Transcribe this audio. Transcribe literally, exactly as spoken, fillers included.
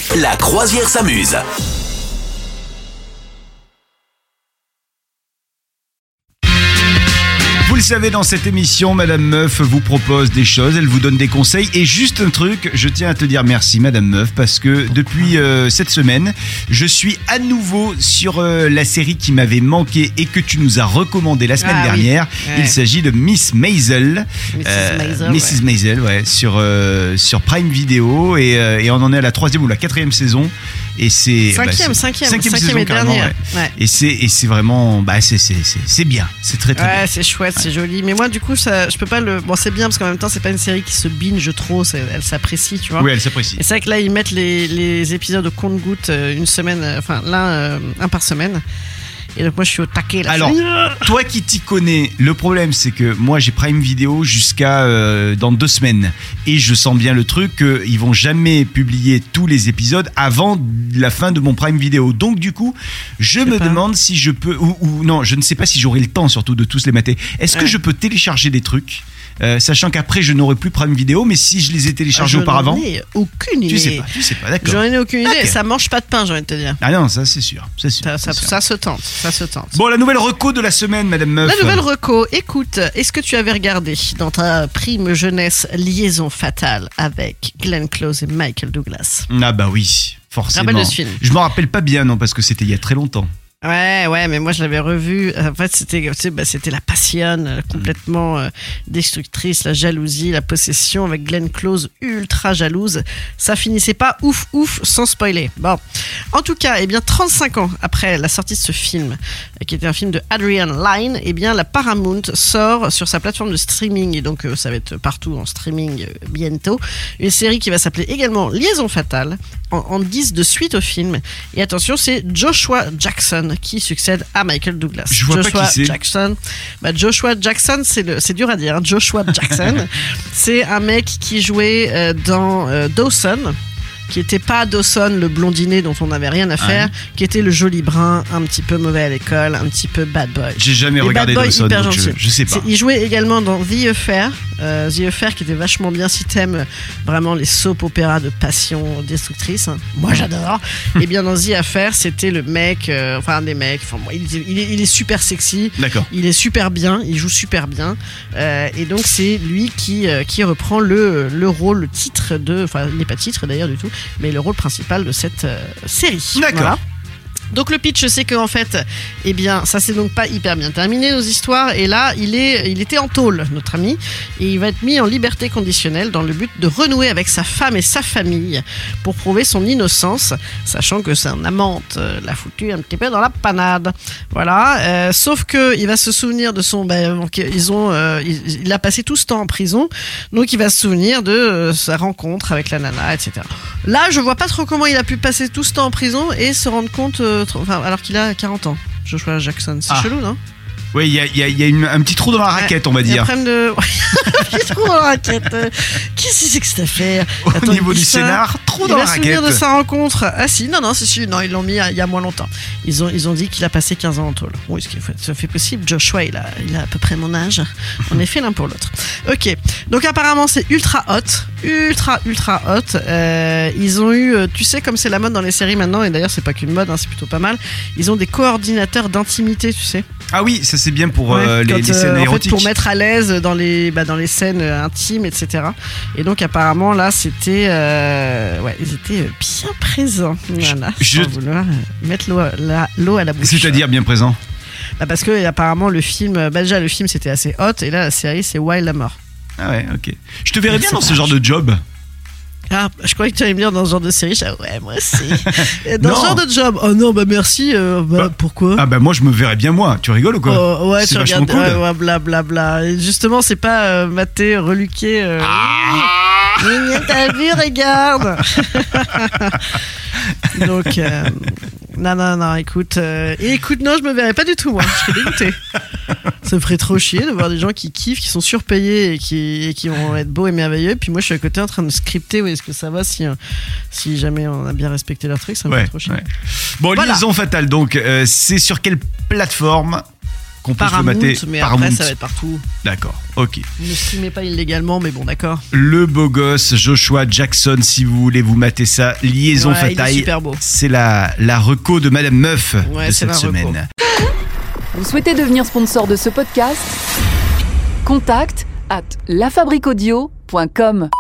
La croisière s'amuse. Vous le savez, dans cette émission, Madame Meuf vous propose des choses, elle vous donne des conseils. Et juste un truc, je tiens à te dire merci Madame Meuf, parce que depuis euh, cette semaine, je suis à nouveau sur euh, la série qui m'avait manqué et que tu nous as recommandé la semaine ah, dernière. Oui. Ouais. Il s'agit de Miss Maisel. Missus Euh, Maisel, Missus ouais. Maisel, ouais, sur, euh, sur Prime Video. Et, euh, et on en est à la troisième ou la quatrième saison. Et c'est, Cinquième, bah, c'est- cinquième, cinquième cinquième saison, et carrément, dernière. ouais. Ouais. Et c'est, et c'est vraiment, bah, c'est, c'est, c'est, c'est bien. C'est très très Ouais, bien. c'est chouette, c'est joli. Mais moi, du coup, ça, je peux pas le. Bon, c'est bien parce qu'en même temps, c'est pas une série qui se binge trop. c'est- Elle s'apprécie, tu vois. Oui, elle s'apprécie. Et c'est vrai que là, ils mettent les, les épisodes au compte-gouttes euh, une semaine, euh, enfin l'un euh, un par semaine. Et donc moi, je suis au taquet là. Alors, C'est- toi qui t'y connais, le problème c'est que moi j'ai Prime Video jusqu'à euh, dans deux semaines et je sens bien le truc qu'ils vont jamais publier tous les épisodes avant la fin de mon Prime Video. Donc du coup, je me pas. demande si je peux ou, ou non, je ne sais pas si j'aurai le temps surtout de tous les mater. Est-ce que Ouais. je peux télécharger des trucs euh, sachant qu'après je n'aurai plus Prime Video, mais si je les ai téléchargés je auparavant, n'en ai aucune idée. tu sais pas, tu sais pas, d'accord. J'en ai aucune idée. Ok. Ça mange pas de pain, j'ai envie de te dire. Ah non, ça c'est sûr, c'est sûr. Ça, ça, c'est sûr. ça se tente, ça se tente. Bon, la nouvelle reco de la semaine, Madame Meuf. La nouvelle reco, écoute, est-ce que tu avais regardé dans ta prime jeunesse Liaison fatale avec Glenn Close et Michael Douglas? Ah bah oui, forcément. Rappelle de ce film. Je me rappelle pas bien, non, parce que c'était il y a très longtemps. Ouais, ouais, mais moi je l'avais revu. En fait, c'était, tu sais, bah, c'était la passion euh, complètement euh, destructrice, la jalousie, la possession avec Glenn Close ultra jalouse. Ça finissait pas ouf ouf sans spoiler. Bon, en tout cas, eh bien trente-cinq ans après la sortie de ce film, euh, qui était un film de Adrian Lyne, eh bien la Paramount sort sur sa plateforme de streaming et donc euh, ça va être partout en streaming euh, bientôt. Une série qui va s'appeler également Liaison fatale en, en guise de suite au film. Et attention, c'est Joshua Jackson qui succède à Michael Douglas. Je vois pas Joshua qui c'est. Jackson. Bah, Joshua Jackson, c'est le, c'est dur à dire. hein. Joshua Jackson, c'est un mec qui jouait euh, dans euh, Dawson, qui était pas Dawson, le blondinet dont on n'avait rien à faire, Ouais. qui était le joli brun, un petit peu mauvais à l'école, un petit peu bad boy. J'ai jamais Et regardé Bad Boy Dawson, hyper donc je, gentil. je sais pas. C'est- Il jouait également dans The Affair, euh, The Affair qui était vachement bien si t'aimes euh, vraiment les soap opéras de passion destructrice. hein. Moi j'adore. Et bien dans The Affair, c'était le mec, euh, enfin un des mecs. Enfin moi, il, il est, il est super sexy. D'accord. Il est super bien, il joue super bien, euh, et donc c'est lui qui euh, qui reprend le le rôle, le titre de, enfin il n'est pas titre d'ailleurs du tout, mais le rôle principal de cette euh, série. D'accord. Voilà. Donc le pitch, c'est qu'en fait, eh bien, ça s'est donc pas hyper bien terminé nos histoires. Et là, il est, il était en tôle, notre ami, et il va être mis en liberté conditionnelle dans le but de renouer avec sa femme et sa famille pour prouver son innocence, sachant que c'est un amante, euh, l'a foutu un petit peu dans la panade. Voilà. Euh, sauf que il va se souvenir de son, ben, donc, ils ont, euh, il, il a passé tout ce temps en prison, donc il va se souvenir de euh, sa rencontre avec la nana, et cetera. Là, je vois pas trop comment il a pu passer tout ce temps en prison et se rendre compte. euh, trop- Enfin, alors qu'il a quarante ans, Joshua Jackson. C'est Ah. chelou, non? Oui, il y a, il y a- il y a une- un petit trou dans la raquette, on va Il y a dire. un problème de. Il est trop dans la raquette. Euh, Qu'est-ce que c'est que cette affaire? Au Attends, niveau il du dit ça. scénar, trop Il dans la va se souvenir raquette. de sa rencontre. Ah si, non, non, c'est sûr. Non, ils l'ont mis il y a- il y a moins longtemps. Ils ont, ils ont dit qu'il a passé quinze ans en tôle. Oui, ce qui fait, ça fait possible. Joshua, il a, il a à peu près mon âge. En effet, l'un pour l'autre. Ok. Donc apparemment, c'est ultra hot. Ultra, ultra hot. Euh, ils ont eu, euh, tu sais, comme c'est la mode dans les séries maintenant, et d'ailleurs, c'est pas qu'une mode, hein, c'est plutôt pas mal. Ils ont des coordinateurs d'intimité, tu sais. Ah oui, ça c'est bien pour Ouais, euh, les, quand, les euh, scènes en fait, érotiques. pour mettre à l'aise dans les, bah, dans les scènes euh, intimes, et cetera. Et donc apparemment là, c'était, euh, ouais, ils étaient euh, bien présents. Voilà, Je- sans vouloir euh, mettre l'eau, à- la- l'eau à la bouche. C'est-à-dire bien présent. Bah, parce que apparemment le film, euh, bah, déjà le film c'était assez hot, et là la série c'est Wild à mort. Ah ouais, ok. Je te verrais Je bien sais dans pas. ce genre de job. Ah, je croyais que tu allais me dire dans ce genre de série. Je disais, ouais, moi aussi. Dans Non. ce genre de job. Oh non, bah merci. euh, bah, Bah, pourquoi? Ah bah moi je me verrais bien moi. Tu rigoles ou quoi? Oh, ouais, C'est tu vachement regardes, cool. ouais, ouais, bla bla bla. Et justement, c'est pas euh, maté, reluqué. Euh... Mignon, t'as vu, regarde. Donc, euh, non, non, non, écoute, euh, et écoute, non, je me verrais pas du tout, moi. Je serais dégoûté. Ça me ferait trop chier de voir des gens qui kiffent, qui sont surpayés et qui, et qui vont être beaux et merveilleux. Puis moi, je suis à côté en train de scripter où est-ce que ça va si, euh, si jamais on a bien respecté leur truc. Ça me Ouais, fait trop chier. ouais. Bon, Voilà. Liaison fatale, donc, euh, c'est sur quelle plateforme qu'on peut se le Paramount, mater. mais Paramount. après ça va être partout. D'accord, ok. Ne streamez pas illégalement, mais bon, d'accord. Le beau gosse Joshua Jackson, si vous voulez vous mater ça, Liaison Ouais, il est fatale. super beau. C'est la, la reco de Madame Meuf Ouais, de c'est cette la reco. semaine. Vous souhaitez devenir sponsor de ce podcast ? Contact à lafabriquaudio point com.